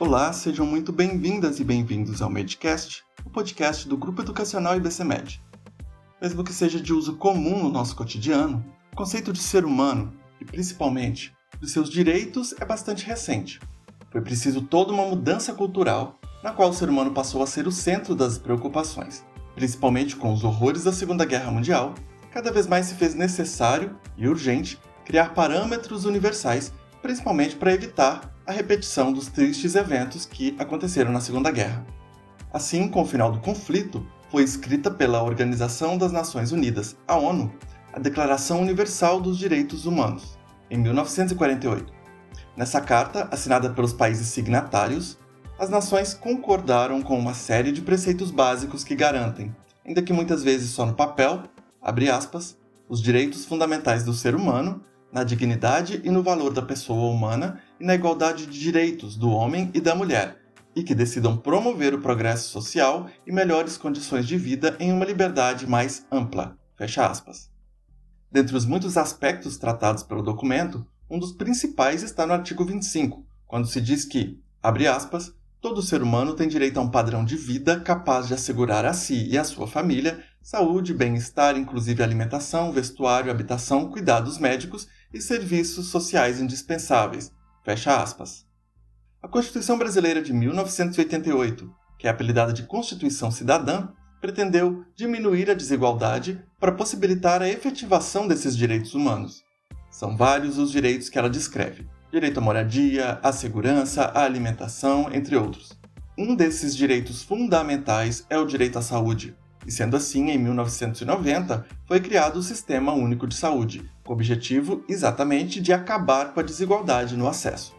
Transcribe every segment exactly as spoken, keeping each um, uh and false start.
Olá, sejam muito bem-vindas e bem-vindos ao Medcast, o podcast do Grupo Educacional I B C Med. Mesmo que seja de uso comum no nosso cotidiano, o conceito de ser humano, e principalmente dos seus direitos, é bastante recente. Foi preciso toda uma mudança cultural, na qual o ser humano passou a ser o centro das preocupações. Principalmente com os horrores da Segunda Guerra Mundial, cada vez mais se fez necessário e urgente criar parâmetros universais, principalmente para evitar a repetição dos tristes eventos que aconteceram na Segunda Guerra. Assim, com o final do conflito, foi escrita pela Organização das Nações Unidas, a ONU, a Declaração Universal dos Direitos Humanos, em mil novecentos e quarenta e oito. Nessa carta, assinada pelos países signatários, as nações concordaram com uma série de preceitos básicos que garantem, ainda que muitas vezes só no papel, abre aspas, os direitos fundamentais do ser humano, na dignidade e no valor da pessoa humana e na igualdade de direitos do homem e da mulher, e que decidam promover o progresso social e melhores condições de vida em uma liberdade mais ampla. Fecha aspas. Dentre os muitos aspectos tratados pelo documento, um dos principais está no artigo vinte e cinco, quando se diz que, abre aspas, todo ser humano tem direito a um padrão de vida capaz de assegurar a si e à sua família saúde, bem-estar, inclusive alimentação, vestuário, habitação, cuidados médicos e serviços sociais indispensáveis. Fecha aspas. A Constituição Brasileira de mil novecentos e oitenta e oito, que é apelidada de Constituição Cidadã, pretendeu diminuir a desigualdade para possibilitar a efetivação desses direitos humanos. São vários os direitos que ela descreve. Direito à moradia, à segurança, à alimentação, entre outros. Um desses direitos fundamentais é o direito à saúde. E sendo assim, em mil novecentos e noventa, foi criado o Sistema Único de Saúde, com o objetivo exatamente de acabar com a desigualdade no acesso.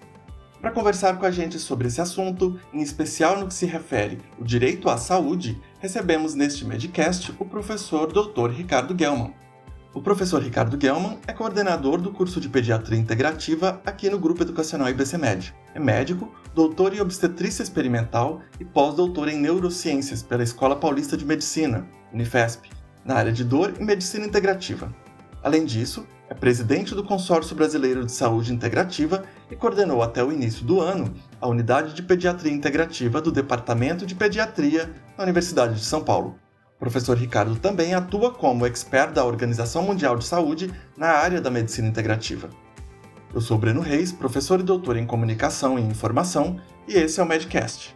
Para conversar com a gente sobre esse assunto, em especial no que se refere ao direito à saúde, recebemos neste Medcast o professor doutor Ricardo Gelman. O professor Ricardo Gelman é coordenador do curso de Pediatria Integrativa aqui no Grupo Educacional I B C Med. É médico, doutor em obstetrícia experimental e pós-doutor em neurociências pela Escola Paulista de Medicina, Unifesp, na área de dor e medicina integrativa. Além disso, é presidente do Consórcio Brasileiro de Saúde Integrativa e coordenou até o início do ano a Unidade de Pediatria Integrativa do Departamento de Pediatria na Universidade de São Paulo. O professor Ricardo também atua como expert da Organização Mundial de Saúde na área da medicina integrativa. Eu sou Breno Reis, professor e doutor em Comunicação e Informação, e esse é o Medcast.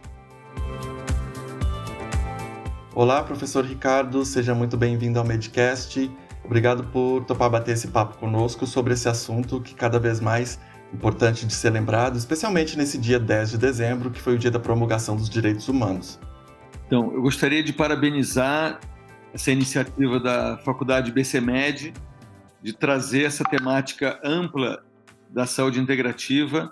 Olá, professor Ricardo, seja muito bem-vindo ao Medcast. Obrigado por topar bater esse papo conosco sobre esse assunto que cada vez mais é importante de ser lembrado, especialmente nesse dia dez de dezembro, que foi o dia da promulgação dos direitos humanos. Então, eu gostaria de parabenizar essa iniciativa da Faculdade I B C Med de trazer essa temática ampla da saúde integrativa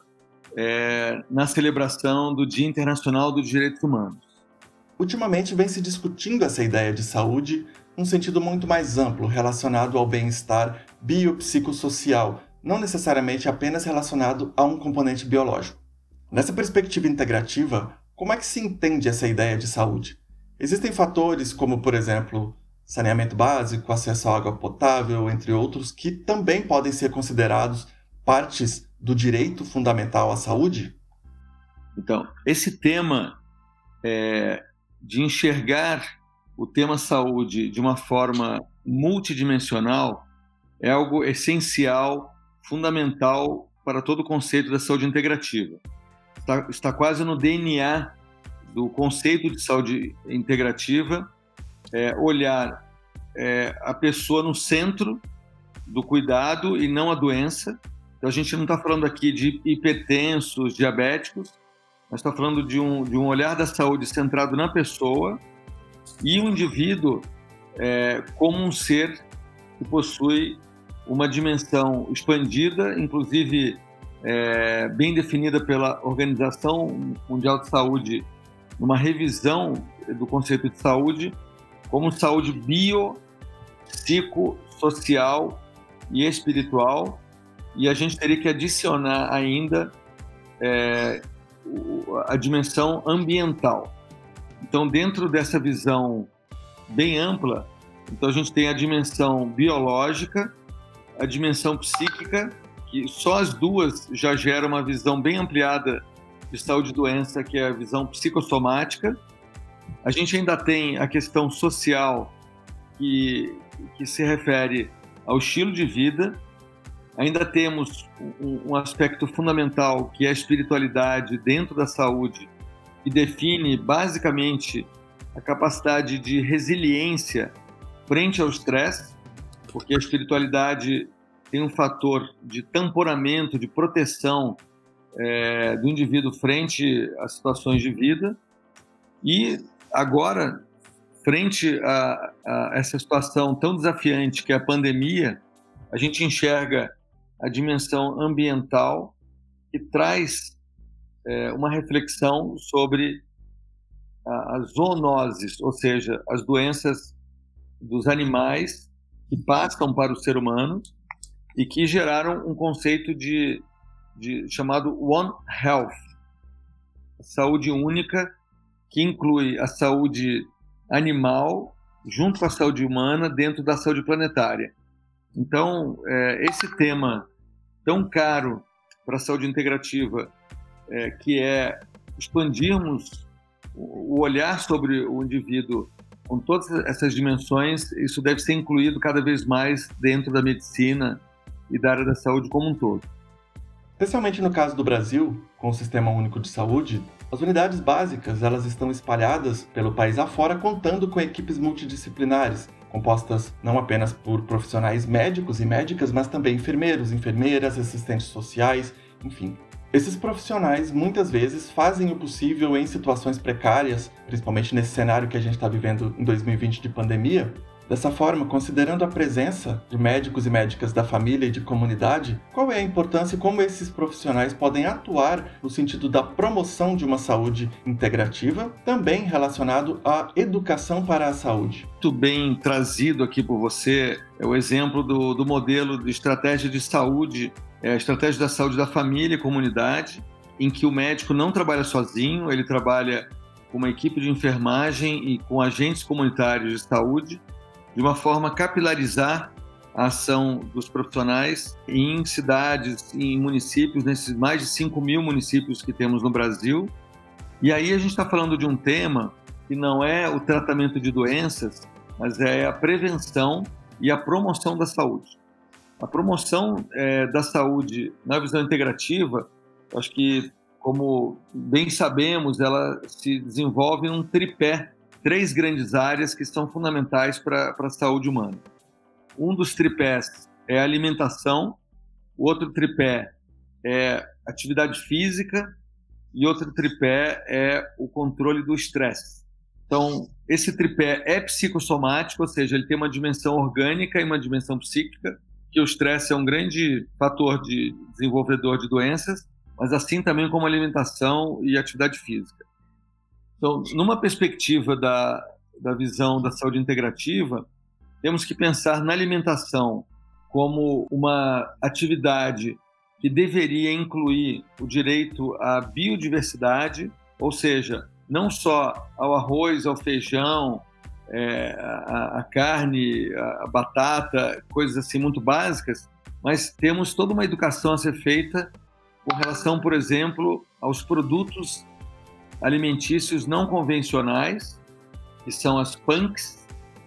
é, na celebração do Dia Internacional dos Direitos Humanos. Ultimamente vem se discutindo essa ideia de saúde num sentido muito mais amplo, relacionado ao bem-estar biopsicossocial, não necessariamente apenas relacionado a um componente biológico. Nessa perspectiva integrativa, como é que se entende essa ideia de saúde? Existem fatores como, por exemplo, saneamento básico, acesso à água potável, entre outros, que também podem ser considerados partes do direito fundamental à saúde? Então, esse tema é, de enxergar o tema saúde de uma forma multidimensional é algo essencial, fundamental para todo o conceito da saúde integrativa. Está, está quase no D N A do conceito de saúde integrativa, é, olhar é, a pessoa no centro do cuidado e não a doença. Então, a gente não está falando aqui de hipertensos, diabéticos, mas está falando de um, de um olhar da saúde centrado na pessoa e o indivíduo é, como um ser que possui uma dimensão expandida, inclusive É, bem definida pela Organização Mundial de Saúde, numa revisão do conceito de saúde, como saúde bio, psico, social e espiritual, e a gente teria que adicionar ainda é, a dimensão ambiental. Então, dentro dessa visão bem ampla, então a gente tem a dimensão biológica, a dimensão psíquica, que só as duas já geram uma visão bem ampliada de saúde e doença, que é a visão psicossomática. A gente ainda tem a questão social, que, que se refere ao estilo de vida. Ainda temos um, um aspecto fundamental, que é a espiritualidade dentro da saúde, que define basicamente a capacidade de resiliência frente ao estresse, porque a espiritualidade tem um fator de tamponamento, de proteção é, do indivíduo frente às situações de vida. E agora, frente a, a essa situação tão desafiante que é a pandemia, a gente enxerga a dimensão ambiental, que traz é, uma reflexão sobre a, as zoonoses, ou seja, as doenças dos animais que passam para o ser humano e que geraram um conceito de, de chamado One Health, saúde única, que inclui a saúde animal junto com a saúde humana dentro da saúde planetária. Então, é, esse tema tão caro para a saúde integrativa, é, que é expandirmos o olhar sobre o indivíduo com todas essas dimensões, isso deve ser incluído cada vez mais dentro da medicina e da área da saúde como um todo. Especialmente no caso do Brasil, com o Sistema Único de Saúde, as unidades básicas elas estão espalhadas pelo país afora, contando com equipes multidisciplinares, compostas não apenas por profissionais médicos e médicas, mas também enfermeiros, enfermeiras, assistentes sociais, enfim. Esses profissionais, muitas vezes, fazem o possível em situações precárias, principalmente nesse cenário que a gente está vivendo em dois mil e vinte de pandemia. Dessa forma, considerando a presença de médicos e médicas da família e de comunidade, qual é a importância e como esses profissionais podem atuar no sentido da promoção de uma saúde integrativa, também relacionado à educação para a saúde? Muito bem trazido aqui por você é o exemplo do, do modelo de estratégia de saúde, é a estratégia da saúde da família e comunidade, em que o médico não trabalha sozinho, ele trabalha com uma equipe de enfermagem e com agentes comunitários de saúde, de uma forma a capilarizar a ação dos profissionais em cidades, em municípios, nesses mais de cinco mil municípios que temos no Brasil. E aí a gente está falando de um tema que não é o tratamento de doenças, mas é a prevenção e a promoção da saúde. A promoção é, da saúde na visão integrativa, acho que, como bem sabemos, ela se desenvolve num tripé, três grandes áreas que são fundamentais para a saúde humana. Um dos tripés é a alimentação, o outro tripé é atividade física e outro tripé é o controle do estresse. Então, esse tripé é psicossomático, ou seja, ele tem uma dimensão orgânica e uma dimensão psíquica, que o estresse é um grande fator de desenvolvedor de doenças, mas assim também como alimentação e atividade física. Então, numa perspectiva da, da visão da saúde integrativa, temos que pensar na alimentação como uma atividade que deveria incluir o direito à biodiversidade, ou seja, não só ao arroz, ao feijão, é, a, a carne, a, a batata, coisas assim muito básicas, mas temos toda uma educação a ser feita com relação, por exemplo, aos produtos alimentícios não convencionais, que são as P A N Cs,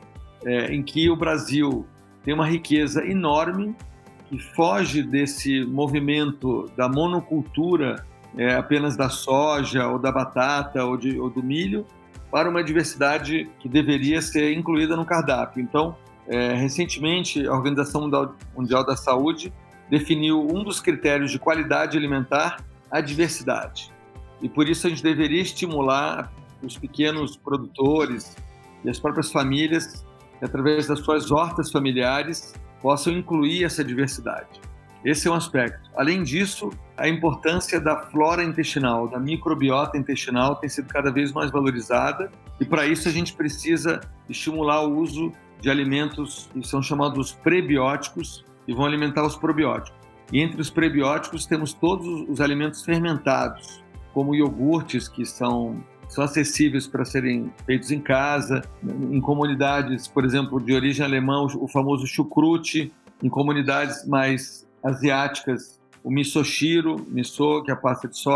é, em que o Brasil tem uma riqueza enorme que foge desse movimento da monocultura é, apenas da soja ou da batata ou, de, ou do milho para uma diversidade que deveria ser incluída no cardápio. Então, é, recentemente, a Organização Mundial, Mundial da Saúde definiu um dos critérios de qualidade alimentar, a diversidade. E por isso a gente deveria estimular os pequenos produtores e as próprias famílias que, através das suas hortas familiares, possam incluir essa diversidade. Esse é um aspecto. Além disso, a importância da flora intestinal, da microbiota intestinal tem sido cada vez mais valorizada e para isso a gente precisa estimular o uso de alimentos que são chamados prebióticos e vão alimentar os probióticos. E entre os prebióticos temos todos os alimentos fermentados, como iogurtes que são, são acessíveis para serem feitos em casa, em comunidades, por exemplo, de origem alemã, o famoso chucrute, em comunidades mais asiáticas, o misoshiro, miso, que é a pasta de soja,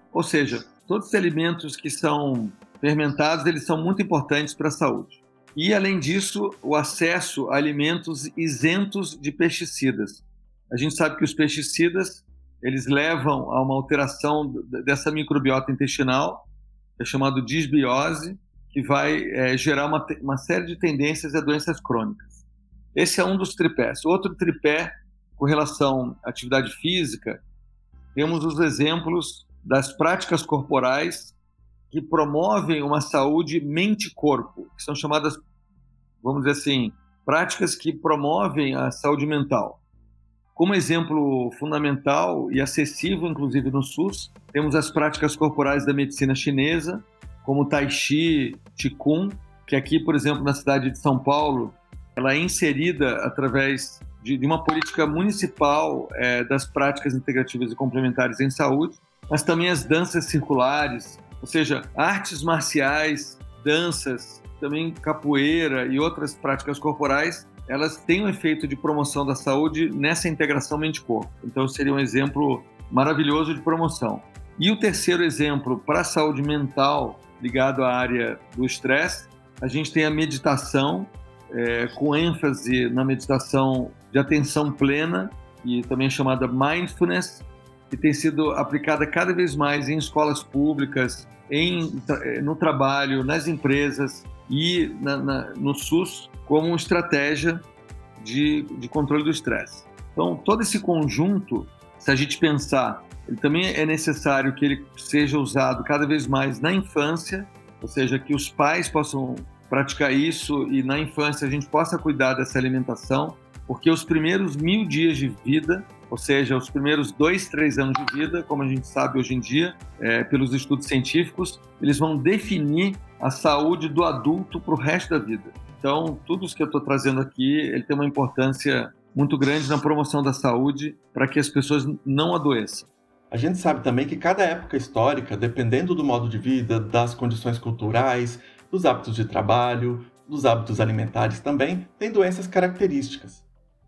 Ou seja, todos os alimentos que são fermentados, eles são muito importantes para a saúde. E, além disso, o acesso a alimentos isentos de pesticidas. A gente sabe que os pesticidas, eles levam a uma alteração dessa microbiota intestinal, é chamado disbiose, que vai é, gerar uma, uma série de tendências a doenças crônicas. Esse é um dos tripés. Outro tripé, com relação à atividade física, temos os exemplos das práticas corporais que promovem uma saúde mente-corpo, que são chamadas, vamos dizer assim, práticas que promovem a saúde mental. Como exemplo fundamental e acessível, inclusive no SUS, temos as práticas corporais da medicina chinesa, como o Tai Chi, Qigong, que aqui, por exemplo, na cidade de São Paulo, ela é inserida através de, de uma política municipal é, das práticas integrativas e complementares em saúde, mas também as danças circulares, ou seja, artes marciais, danças, também capoeira e outras práticas corporais, elas têm um efeito de promoção da saúde nessa integração mente-corpo. Então, seria um exemplo maravilhoso de promoção. E o terceiro exemplo para a saúde mental, ligado à área do estresse, a gente tem a meditação, é, com ênfase na meditação de atenção plena, e também chamada mindfulness, que tem sido aplicada cada vez mais em escolas públicas, em, no trabalho, nas empresas e na, na, no SUS, como uma estratégia de, de controle do estresse. Então, todo esse conjunto, se a gente pensar, ele também é necessário que ele seja usado cada vez mais na infância, ou seja, que os pais possam praticar isso e na infância a gente possa cuidar dessa alimentação, porque os primeiros mil dias de vida, ou seja, os primeiros dois, três anos de vida, como a gente sabe hoje em dia, é, pelos estudos científicos, eles vão definir a saúde do adulto para o resto da vida. Então, tudo isso que eu estou trazendo aqui, ele tem uma importância muito grande na promoção da saúde para que as pessoas não adoeçam. A gente sabe também que cada época histórica, dependendo do modo de vida, das condições culturais, dos hábitos de trabalho, dos hábitos alimentares também, tem doenças características.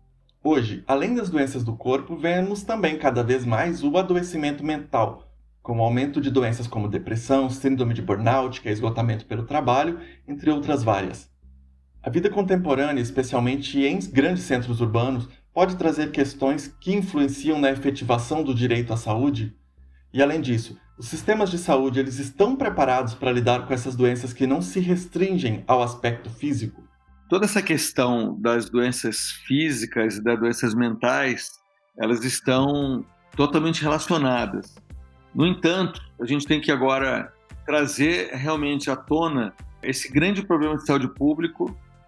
Hoje, além das doenças do corpo, vemos também cada vez mais o adoecimento mental, com o aumento de doenças como depressão, síndrome de burnout, que é esgotamento pelo trabalho, entre outras várias. A vida contemporânea, especialmente em grandes centros urbanos, pode trazer questões que influenciam na efetivação do direito à saúde? E, além disso, os sistemas de saúde eles estão preparados para lidar com essas doenças que não se restringem ao aspecto físico? Toda essa questão das doenças físicas e das doenças mentais, elas estão totalmente relacionadas. No entanto, a gente tem que agora trazer realmente à tona esse grande problema de saúde pública,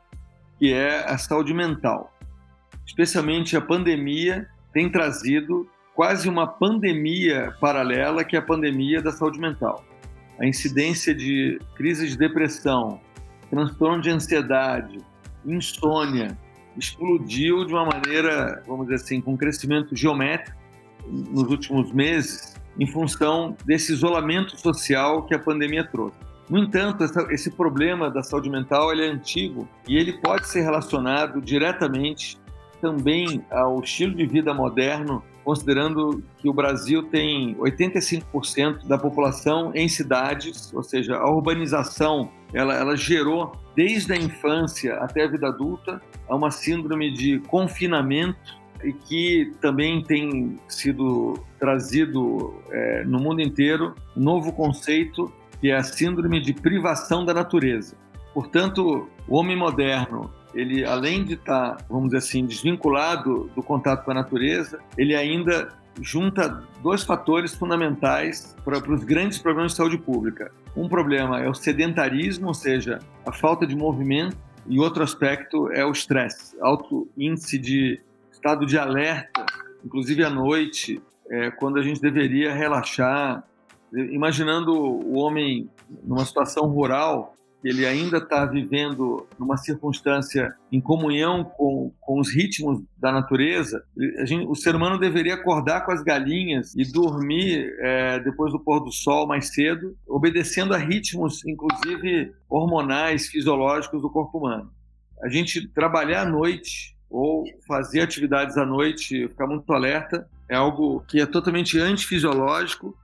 que é a saúde mental. Especialmente a pandemia tem trazido quase uma pandemia paralela, que é a pandemia da saúde mental. A incidência de crises de depressão, transtorno de ansiedade, insônia, explodiu de uma maneira, vamos dizer assim, com um crescimento geométrico nos últimos meses, em função desse isolamento social que a pandemia trouxe. No entanto, essa, esse problema da saúde mental ele é antigo e ele pode ser relacionado diretamente também ao estilo de vida moderno, considerando que o Brasil tem oitenta e cinco por cento da população em cidades, ou seja, a urbanização ela, ela gerou desde a infância até a vida adulta uma síndrome de confinamento e que também tem sido trazido é, no mundo inteiro um novo conceito que é a síndrome de privação da natureza. Portanto, o homem moderno, ele além de estar, vamos dizer assim, desvinculado do contato com a natureza, ele ainda junta dois fatores fundamentais para, para os grandes problemas de saúde pública. Um problema é o sedentarismo, ou seja, a falta de movimento, e outro aspecto é o estresse, alto índice de estado de alerta, inclusive à noite, é, quando a gente deveria relaxar. Imaginando o homem numa situação rural, ele ainda está vivendo numa circunstância em comunhão com, com os ritmos da natureza, a gente, o ser humano deveria acordar com as galinhas e dormir é, depois do pôr do sol mais cedo, obedecendo a ritmos, inclusive hormonais, fisiológicos do corpo humano. A gente trabalhar à noite ou fazer atividades à noite, ficar muito alerta, é algo que é totalmente antifisiológico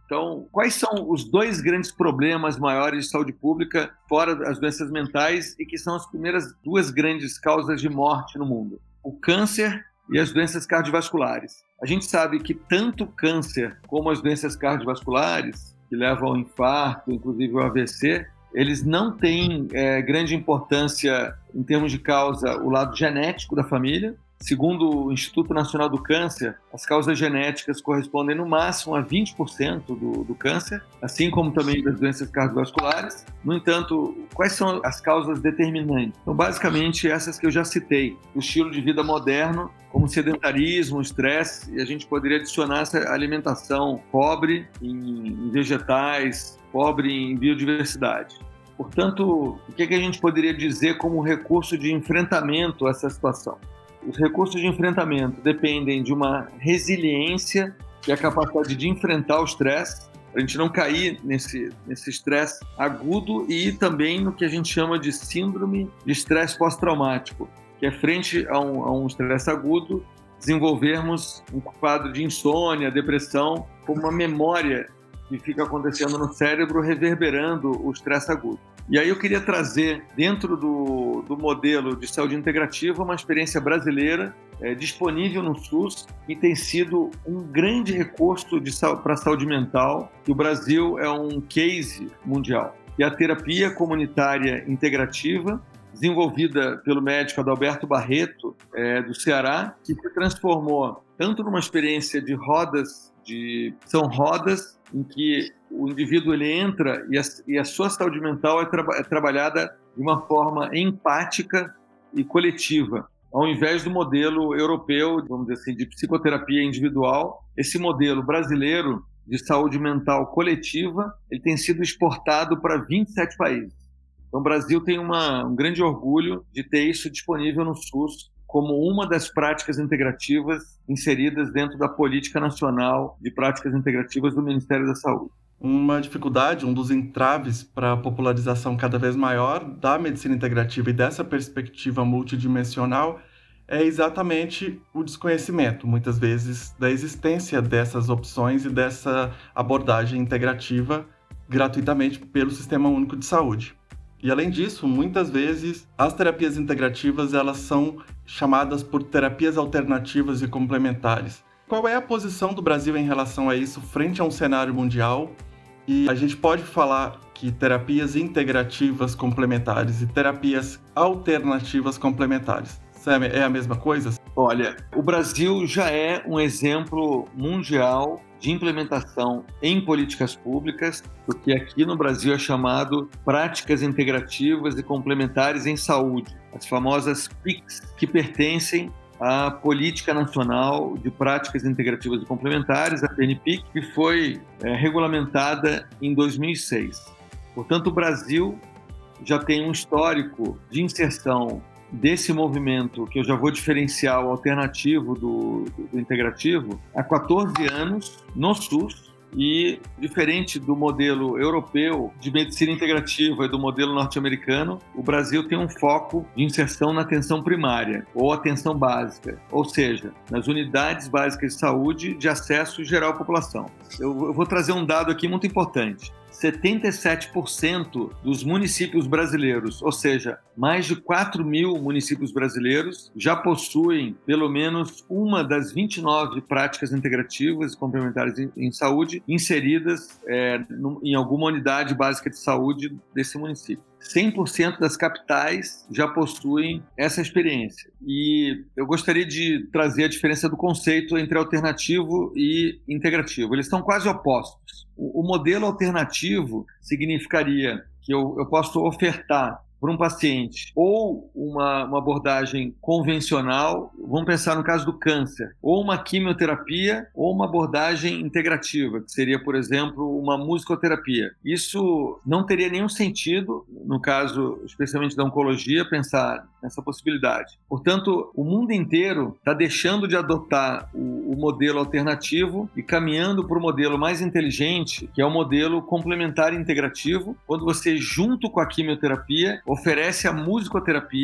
Então, quais são os dois grandes problemas maiores de saúde pública, fora as doenças mentais, e que são as primeiras duas grandes causas de morte no mundo? O câncer e as doenças cardiovasculares. A gente sabe que tanto o câncer como as doenças cardiovasculares, que levam ao infarto, inclusive ao A V C, eles não têm é, grande importância em termos de causa o lado genético da família. Segundo o Instituto Nacional do Câncer, as causas genéticas correspondem no máximo a vinte por cento do, do câncer, assim como também das doenças cardiovasculares. No entanto, quais são as causas determinantes? Então, basicamente, essas que eu já citei. O estilo de vida moderno, como sedentarismo, estresse, e a gente poderia adicionar essa alimentação pobre em vegetais, pobre em biodiversidade. Portanto, o que a gente poderia dizer como recurso de enfrentamento a essa situação? Os recursos de enfrentamento dependem de uma resiliência e a capacidade de enfrentar o estresse, para a gente não cair nesse nesse estresse agudo, e também no que a gente chama de síndrome de estresse pós-traumático, que é frente a um, a um estresse agudo, desenvolvermos um quadro de insônia, depressão, como uma memória que fica acontecendo no cérebro, reverberando o estresse agudo. E aí eu queria trazer, dentro do, do modelo de saúde integrativa, uma experiência brasileira é, disponível no SUS, e tem sido um grande recurso para a saúde mental, e o Brasil é um case mundial. E a terapia comunitária integrativa, desenvolvida pelo médico Adalberto Barreto, é, do Ceará, que se transformou tanto numa experiência de rodas, de, são rodas em que o indivíduo ele entra e a, e a sua saúde mental é, tra, é trabalhada de uma forma empática e coletiva. Ao invés do modelo europeu, vamos dizer assim, de psicoterapia individual, esse modelo brasileiro de saúde mental coletiva, ele tem sido exportado para vinte e sete países. Então, o Brasil tem uma, um grande orgulho de ter isso disponível no SUS como uma das práticas integrativas inseridas dentro da Política Nacional de Práticas Integrativas do Ministério da Saúde. Uma dificuldade, um dos entraves para a popularização cada vez maior da medicina integrativa e dessa perspectiva multidimensional é exatamente o desconhecimento, muitas vezes, da existência dessas opções e dessa abordagem integrativa gratuitamente pelo Sistema Único de Saúde. E, além disso, muitas vezes, as terapias integrativas elas são chamadas por terapias alternativas e complementares. Qual é a posição do Brasil em relação a isso frente a um cenário mundial? E a gente pode falar que terapias integrativas complementares e terapias alternativas complementares, Sam, é a mesma coisa? Olha, o Brasil já é um exemplo mundial de implementação em políticas públicas, o que aqui no Brasil é chamado práticas integrativas e complementares em saúde, as famosas P I Cs, que pertencem à Política Nacional de Práticas Integrativas e Complementares, a P N P I C, que foi é, regulamentada em dois mil e seis. Portanto, o Brasil já tem um histórico de inserção desse movimento, que eu já vou diferenciar o alternativo do, do, do integrativo, há quatorze anos no SUS, e diferente do modelo europeu de medicina integrativa e do modelo norte-americano, o Brasil tem um foco de inserção na atenção primária ou atenção básica, ou seja, nas unidades básicas de saúde de acesso geral à população. Eu, eu vou trazer um dado aqui muito importante. setenta e sete por cento dos municípios brasileiros, ou seja, mais de quatro mil municípios brasileiros, já possuem pelo menos uma das vinte e nove práticas integrativas e complementares em, em saúde inseridas é, no, em alguma unidade básica de saúde desse município. cem por cento das capitais já possuem essa experiência. E eu gostaria de trazer a diferença do conceito entre alternativo e integrativo. Eles são quase opostos. O, o modelo alternativo significaria que eu, eu posso ofertar para um paciente ou uma, uma abordagem convencional, vamos pensar no caso do câncer, ou uma quimioterapia ou uma abordagem integrativa, que seria, por exemplo, uma musicoterapia. Isso não teria nenhum sentido, no caso, especialmente da oncologia, pensar nessa possibilidade. Portanto, o mundo inteiro está deixando de adotar o, o modelo alternativo e caminhando para o modelo mais inteligente, que é o modelo complementar integrativo, quando você, junto com a quimioterapia, oferece a musicoterapia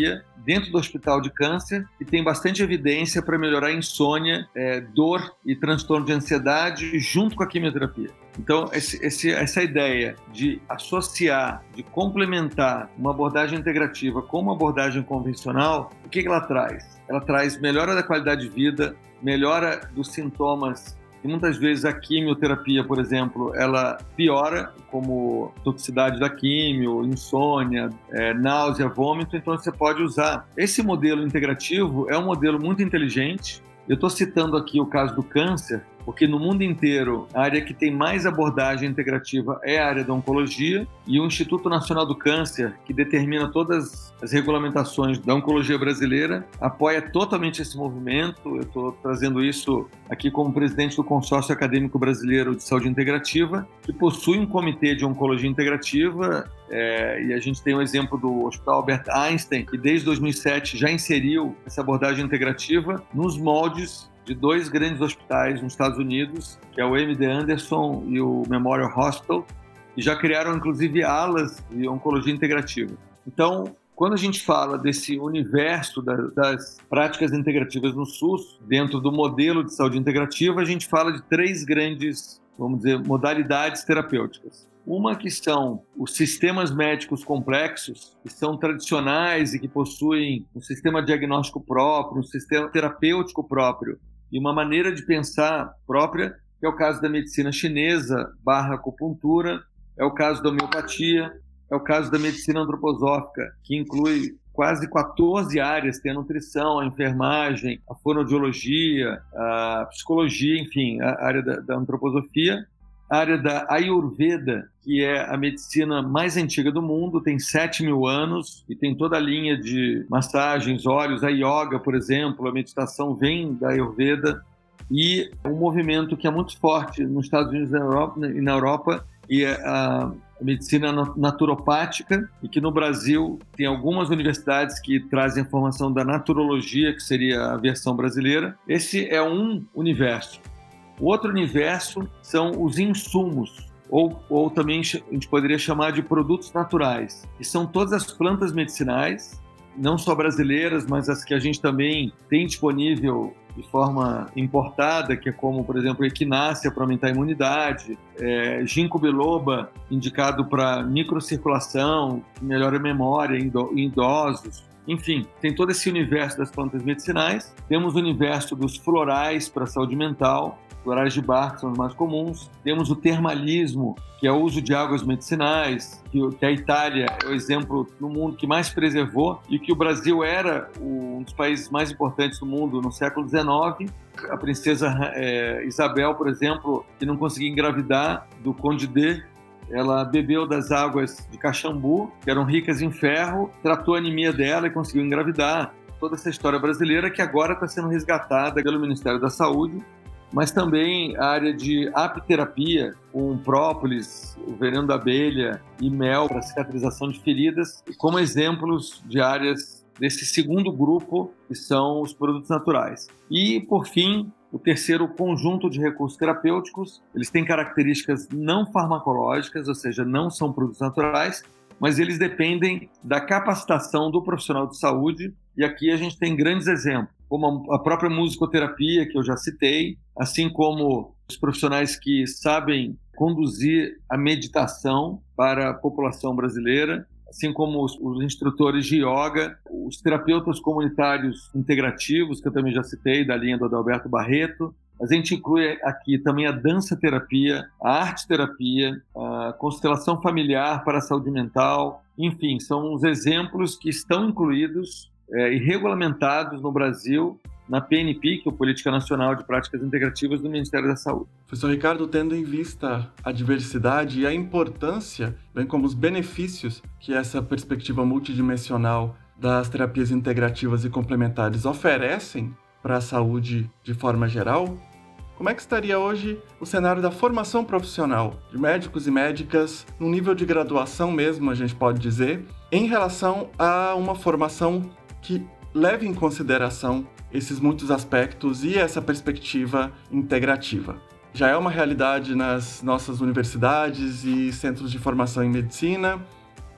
dentro do hospital de câncer e tem bastante evidência para melhorar a insônia, é, dor e transtorno de ansiedade junto com a quimioterapia. Então, esse, esse, essa ideia de associar, de complementar uma abordagem integrativa com uma abordagem convencional, o que, que ela traz? Ela traz melhora da qualidade de vida, melhora dos sintomas. E muitas vezes a quimioterapia, por exemplo, ela piora, como toxicidade da quimio, insônia, é, náusea, vômito. Então você pode usar. Esse modelo integrativo é um modelo muito inteligente. Eu estou citando aqui o caso do câncer, porque no mundo inteiro a área que tem mais abordagem integrativa é a área da oncologia, e o Instituto Nacional do Câncer, que determina todas as regulamentações da oncologia brasileira, apoia totalmente esse movimento. Eu estou trazendo isso aqui como presidente do Consórcio Acadêmico Brasileiro de Saúde Integrativa, que possui um comitê de oncologia integrativa, é, e a gente tem o exemplo do Hospital Albert Einstein, que desde dois mil e sete já inseriu essa abordagem integrativa nos moldes de dois grandes hospitais nos Estados Unidos, que é o M D Anderson e o Memorial Hospital, e já criaram, inclusive, alas de oncologia integrativa. Então, quando a gente fala desse universo das práticas integrativas no SUS, dentro do modelo de saúde integrativa, a gente fala de três grandes, vamos dizer, modalidades terapêuticas. Uma que são os sistemas médicos complexos, que são tradicionais e que possuem um sistema diagnóstico próprio, um sistema terapêutico próprio e uma maneira de pensar própria, que é o caso da medicina chinesa barra acupuntura, é o caso da homeopatia, é o caso da medicina antroposófica, que inclui quase quatorze áreas, tem a nutrição, a enfermagem, a fonoaudiologia, a psicologia, enfim, a área da, da antroposofia. A área da Ayurveda, que é a medicina mais antiga do mundo, tem sete mil anos e tem toda a linha de massagens, óleos, a yoga, por exemplo, a meditação vem da Ayurveda. E um movimento que é muito forte nos Estados Unidos e na Europa, e na Europa e é a medicina naturopática, e que no Brasil tem algumas universidades que trazem a formação da naturologia, que seria a versão brasileira. Esse é um universo. O outro universo são os insumos, ou, ou também a gente poderia chamar de produtos naturais, que são todas as plantas medicinais, não só brasileiras, mas as que a gente também tem disponível de forma importada, que é como, por exemplo, equinácea para aumentar a imunidade, é, ginkgo biloba, indicado para microcirculação, que melhora a memória em idosos. Enfim, tem todo esse universo das plantas medicinais. Temos o universo dos florais para a saúde mental, florais de bar, que são os mais comuns. Temos o termalismo, que é o uso de águas medicinais, que a Itália é o exemplo no mundo que mais preservou e que o Brasil era um dos países mais importantes do mundo no século dezenove. A princesa é, Isabel, por exemplo, que não conseguia engravidar, do Conde D, ela bebeu das águas de Caxambu, que eram ricas em ferro, tratou a anemia dela e conseguiu engravidar. Toda essa história brasileira que agora está sendo resgatada pelo Ministério da Saúde, mas também a área de apiterapia, com própolis, o veneno da abelha e mel para cicatrização de feridas, como exemplos de áreas desse segundo grupo, que são os produtos naturais. E, por fim, o terceiro conjunto de recursos terapêuticos. Eles têm características não farmacológicas, ou seja, não são produtos naturais, mas eles dependem da capacitação do profissional de saúde. E aqui a gente tem grandes exemplos, como a própria musicoterapia, que eu já citei, assim como os profissionais que sabem conduzir a meditação para a população brasileira, assim como os, os instrutores de yoga, os terapeutas comunitários integrativos, que eu também já citei, da linha do Adalberto Barreto. A gente inclui aqui também a dança-terapia, a arte-terapia, a constelação familiar para a saúde mental. Enfim, são os exemplos que estão incluídos é, e regulamentados no Brasil na P N P, que é a Política Nacional de Práticas Integrativas do Ministério da Saúde. Professor Ricardo, tendo em vista a diversidade e a importância, bem como os benefícios que essa perspectiva multidimensional das terapias integrativas e complementares oferecem para a saúde de forma geral, como é que estaria hoje o cenário da formação profissional de médicos e médicas, no nível de graduação mesmo, a gente pode dizer, em relação a uma formação que leve em consideração esses muitos aspectos e essa perspectiva integrativa? Já é uma realidade nas nossas universidades e centros de formação em medicina,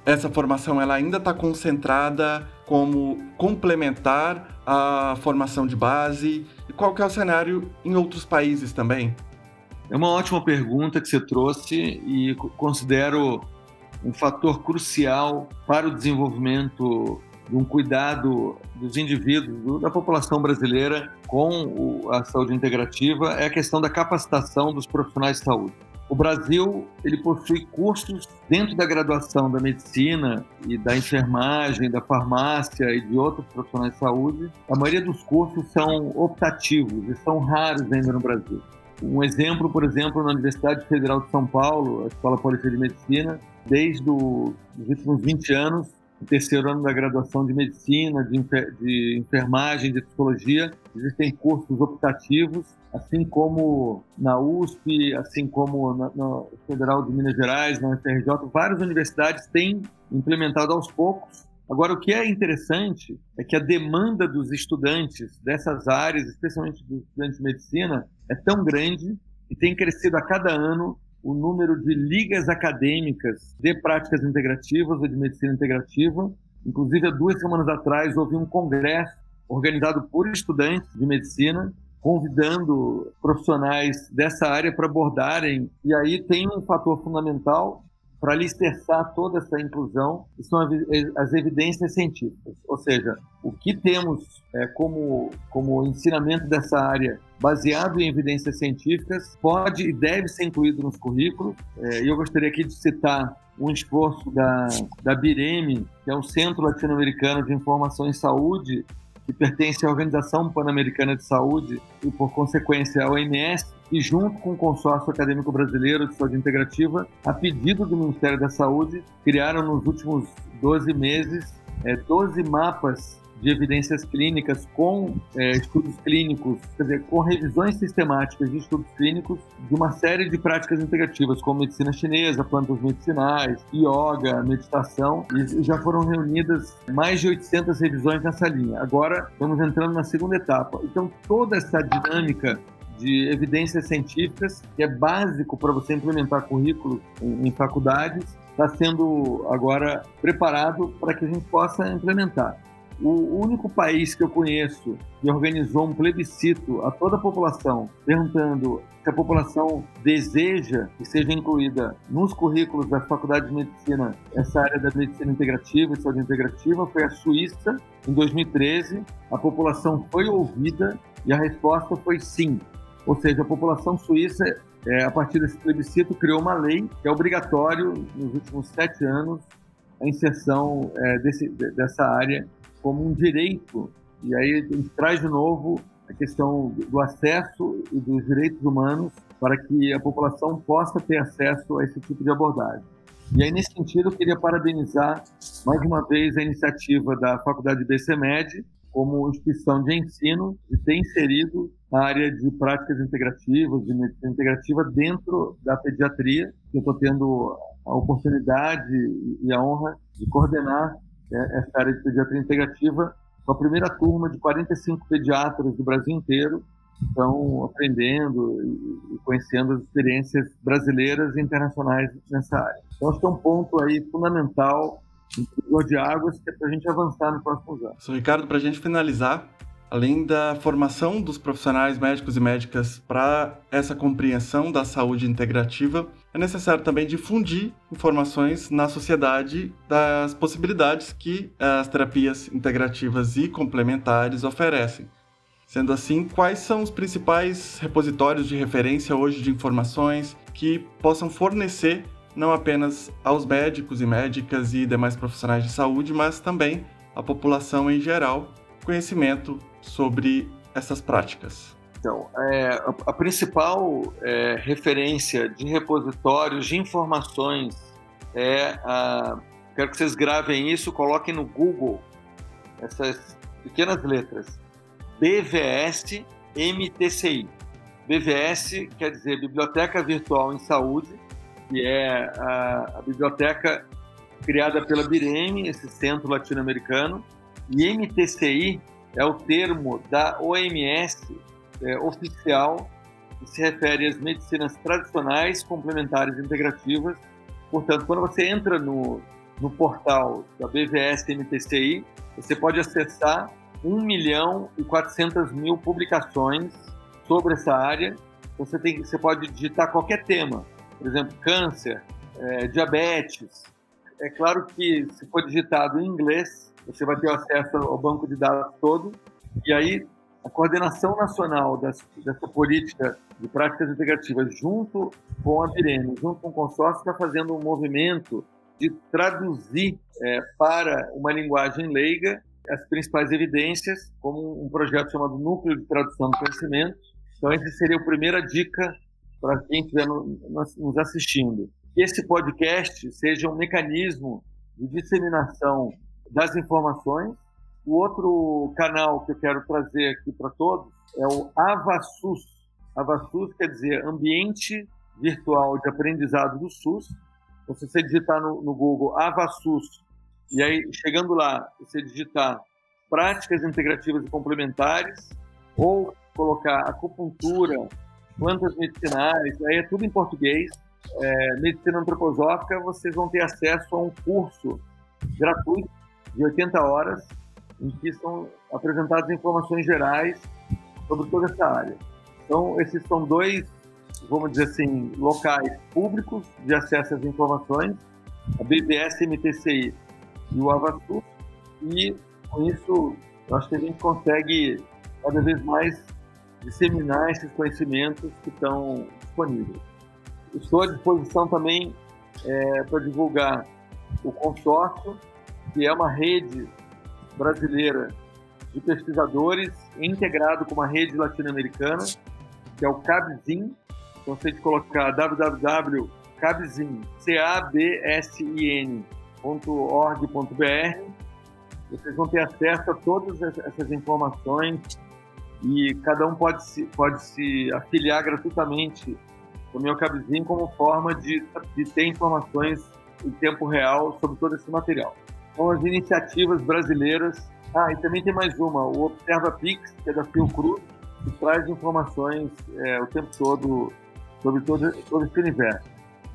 essa formação ela ainda está concentrada como complementar à formação de base? E qual que é o cenário em outros países também? É uma ótima pergunta que você trouxe e considero um fator crucial para o desenvolvimento de um cuidado dos indivíduos, da população brasileira com a saúde integrativa, é a questão da capacitação dos profissionais de saúde. O Brasil ele possui cursos dentro da graduação da medicina e da enfermagem, da farmácia e de outros profissionais de saúde. A maioria dos cursos são optativos e são raros ainda no Brasil. Um exemplo, por exemplo, na Universidade Federal de São Paulo, a Escola Paulista de Medicina, desde os últimos vinte anos, no terceiro ano da graduação de medicina, de, enfer- de enfermagem, de psicologia, existem cursos optativos, assim como na U S P, assim como na, na Federal de Minas Gerais, na U F R J, várias universidades têm implementado aos poucos. Agora, o que é interessante é que a demanda dos estudantes dessas áreas, especialmente dos estudantes de medicina, é tão grande e tem crescido a cada ano o número de ligas acadêmicas de práticas integrativas ou de medicina integrativa. Inclusive, há duas semanas atrás, houve um congresso organizado por estudantes de medicina, convidando profissionais dessa área para abordarem. E aí tem um fator fundamental para alicerçar toda essa inclusão, que são as evidências científicas. Ou seja, o que temos é, como, como ensinamento dessa área baseado em evidências científicas pode e deve ser incluído nos currículos. É, e eu gostaria aqui de citar um esforço da, da BIREME, que é o Centro Latino-Americano de Informação em Saúde, que pertence à Organização Pan-Americana de Saúde e, por consequência, à O M S, e junto com o Consórcio Acadêmico Brasileiro de Saúde Integrativa, a pedido do Ministério da Saúde, criaram nos últimos doze meses é, doze mapas de evidências clínicas com é, estudos clínicos, quer dizer, com revisões sistemáticas de estudos clínicos de uma série de práticas integrativas, como medicina chinesa, plantas medicinais, yoga, meditação, e já foram reunidas mais de oitocentas revisões nessa linha. Agora, estamos entrando na segunda etapa. Então, toda essa dinâmica de evidências científicas, que é básico para você implementar currículo em, em faculdades, está sendo agora preparado para que a gente possa implementar. O único país que eu conheço que organizou um plebiscito a toda a população, perguntando se a população deseja que seja incluída nos currículos da Faculdade de Medicina essa área da medicina integrativa e saúde integrativa, foi a Suíça, em dois mil e treze. A população foi ouvida e a resposta foi sim. Ou seja, a população suíça, é, a partir desse plebiscito, criou uma lei que é obrigatório, nos últimos sete anos, a inserção é, desse, dessa área como um direito. E aí a gente traz de novo a questão do acesso e dos direitos humanos para que a população possa ter acesso a esse tipo de abordagem. E aí, nesse sentido, eu queria parabenizar mais uma vez a iniciativa da Faculdade B C M E D como instituição de ensino e ter inserido a área de práticas integrativas, de medicina integrativa dentro da pediatria. Eu estou tendo a oportunidade e a honra de coordenar essa área de pediatria integrativa com a primeira turma de quarenta e cinco pediatras do Brasil inteiro, que estão aprendendo e conhecendo as experiências brasileiras e internacionais nessa área. Então, acho que é um ponto aí fundamental, um de águas, que é para a gente avançar nos próximos anos. Sr. Ricardo, para a gente finalizar, além da formação dos profissionais médicos e médicas para essa compreensão da saúde integrativa, é necessário também difundir informações na sociedade das possibilidades que as terapias integrativas e complementares oferecem. Sendo assim, quais são os principais repositórios de referência hoje de informações que possam fornecer não apenas aos médicos e médicas e demais profissionais de saúde, mas também à população em geral, conhecimento sobre essas práticas? Então, é, a, a principal é, referência de repositórios de informações é a... Quero que vocês gravem isso, coloquem no Google essas pequenas letras. B V S M T C I. B V S quer dizer Biblioteca Virtual em Saúde, que é a, a biblioteca criada pela BIREME, esse centro latino-americano, e M T C I é o termo da O M S é, oficial, que se refere às medicinas tradicionais, complementares e integrativas. Portanto, quando você entra no, no portal da B V S M T C I, você pode acessar um milhão e quatrocentas mil publicações sobre essa área. Você, tem, você pode digitar qualquer tema, por exemplo, câncer, é, diabetes. É claro que, se for digitado em inglês, você vai ter acesso ao banco de dados todo, e aí a coordenação nacional das, dessa política de práticas integrativas, junto com a Virene, junto com o consórcio, está fazendo um movimento de traduzir é, para uma linguagem leiga as principais evidências, como um projeto chamado Núcleo de Tradução do Conhecimento. Então, essa seria a primeira dica para quem estiver no, nos assistindo. Que esse podcast seja um mecanismo de disseminação das informações. O outro canal que eu quero trazer aqui para todos é o AvaSUS. AvaSUS quer dizer Ambiente Virtual de Aprendizado do SUS. Então, se você digitar no, no Google AvaSUS, e aí, chegando lá, você digitar práticas integrativas e complementares, ou colocar acupuntura, plantas medicinais, aí é tudo em português, é, medicina antroposófica, vocês vão ter acesso a um curso gratuito de oitenta horas, em que são apresentadas informações gerais sobre toda essa área. Então, esses são dois, vamos dizer assim, locais públicos de acesso às informações, a B V S M T C I e o AvaSUS, e com isso eu acho que a gente consegue cada vez mais disseminar esses conhecimentos que estão disponíveis. Estou à disposição também é, para divulgar o consórcio, que é uma rede brasileira de pesquisadores integrado com uma rede latino-americana, que é o CABSIN. Então, você tem que colocar w w w ponto cabsin ponto org ponto b r. Vocês vão ter acesso a todas essas informações e cada um pode se, pode se afiliar gratuitamente também ao CABSIN como forma de, de ter informações em tempo real sobre todo esse material. Então, as iniciativas brasileiras. Ah, e também tem mais uma, o ObservaPix, que é da Fiocruz, que traz informações é, o tempo todo sobre todo, todo esse universo.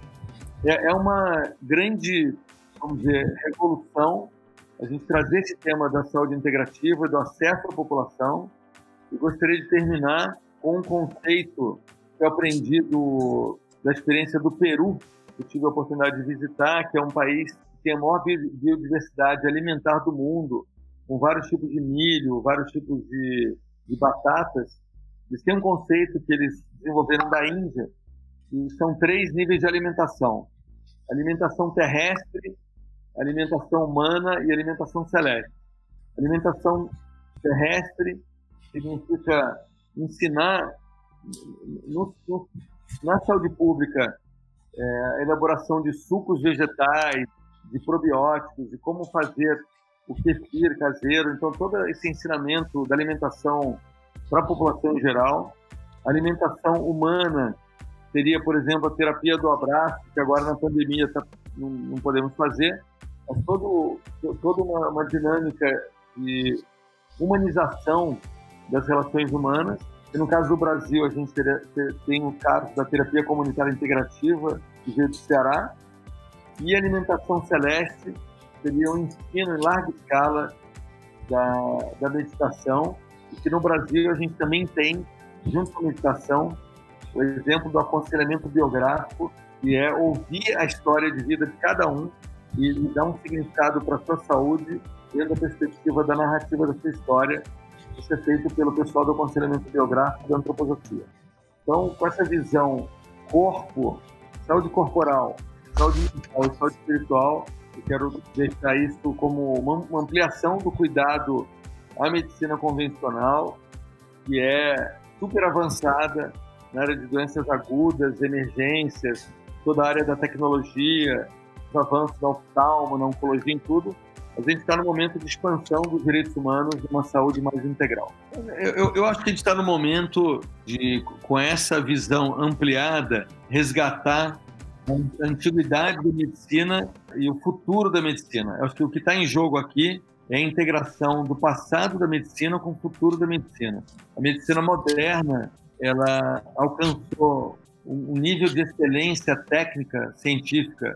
É, é uma grande, vamos dizer, revolução a gente trazer esse tema da saúde integrativa, do acesso à população. Eu gostaria de terminar com um conceito que eu aprendi do, da experiência do Peru, que eu tive a oportunidade de visitar, que é um país que tem a maior biodiversidade alimentar do mundo, com vários tipos de milho, vários tipos de, de batatas. Eles têm um conceito que eles desenvolveram da Índia, que são três níveis de alimentação: alimentação terrestre, alimentação humana e alimentação celeste. Alimentação terrestre significa ensinar no, no, na saúde pública é, a elaboração de sucos vegetais, de probióticos, de como fazer o kefir caseiro. Então, todo esse ensinamento da alimentação para a população em geral. A alimentação humana seria, por exemplo, a terapia do abraço, que agora na pandemia tá, não, não podemos fazer. Mas todo, toda uma, uma dinâmica de humanização das relações humanas. E no caso do Brasil, a gente teria, tem o caso da terapia comunitária integrativa, que veio do Ceará. E a alimentação celeste seria um ensino em larga escala da, da meditação, e que no Brasil a gente também tem, junto com a meditação, o exemplo do aconselhamento biográfico, que é ouvir a história de vida de cada um e dar um significado para a sua saúde dentro da perspectiva da narrativa da sua história. Isso é feito pelo pessoal do aconselhamento biográfico da antroposofia. Então, com essa visão corpo, saúde corporal, saúde mental e saúde espiritual, eu quero deixar isso como uma ampliação do cuidado à medicina convencional, que é super avançada na área de doenças agudas, emergências, toda a área da tecnologia, os avanços da oftalmo, na oncologia, em tudo. A gente está no momento de expansão dos direitos humanos de uma saúde mais integral. Eu, eu, eu acho que a gente está no momento de, com essa visão ampliada, resgatar a antiguidade da medicina e o futuro da medicina. Eu acho que o que está em jogo aqui é a integração do passado da medicina com o futuro da medicina. A medicina moderna, ela alcançou um nível de excelência técnica, científica,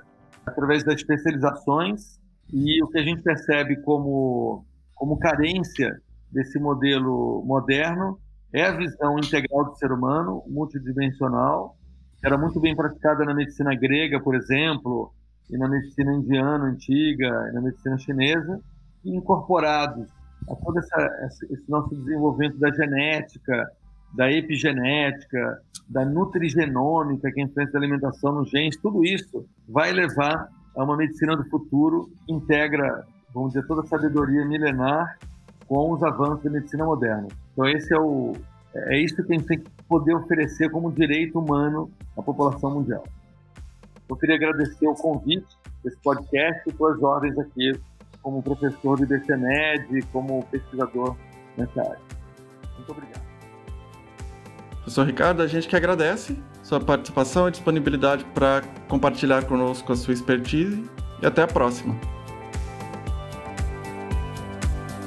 através das especializações, e o que a gente percebe como, como carência desse modelo moderno é a visão integral do ser humano, multidimensional, que era muito bem praticada na medicina grega, por exemplo, e na medicina indiana antiga, e na medicina chinesa, e incorporados a todo essa, esse nosso desenvolvimento da genética, da epigenética, da nutrigenômica, que é a influência da alimentação nos genes, tudo isso vai levar a uma medicina do futuro que integra, vamos dizer, toda a sabedoria milenar com os avanços da medicina moderna. Então esse é o é isso que a gente tem que poder oferecer como direito humano à população mundial. Eu queria agradecer o convite desse podcast e suas ordens aqui como professor do IBCMed, como pesquisador nessa área. Muito obrigado. Professor Ricardo, a gente que agradece sua participação e disponibilidade para compartilhar conosco a sua expertise, e até a próxima.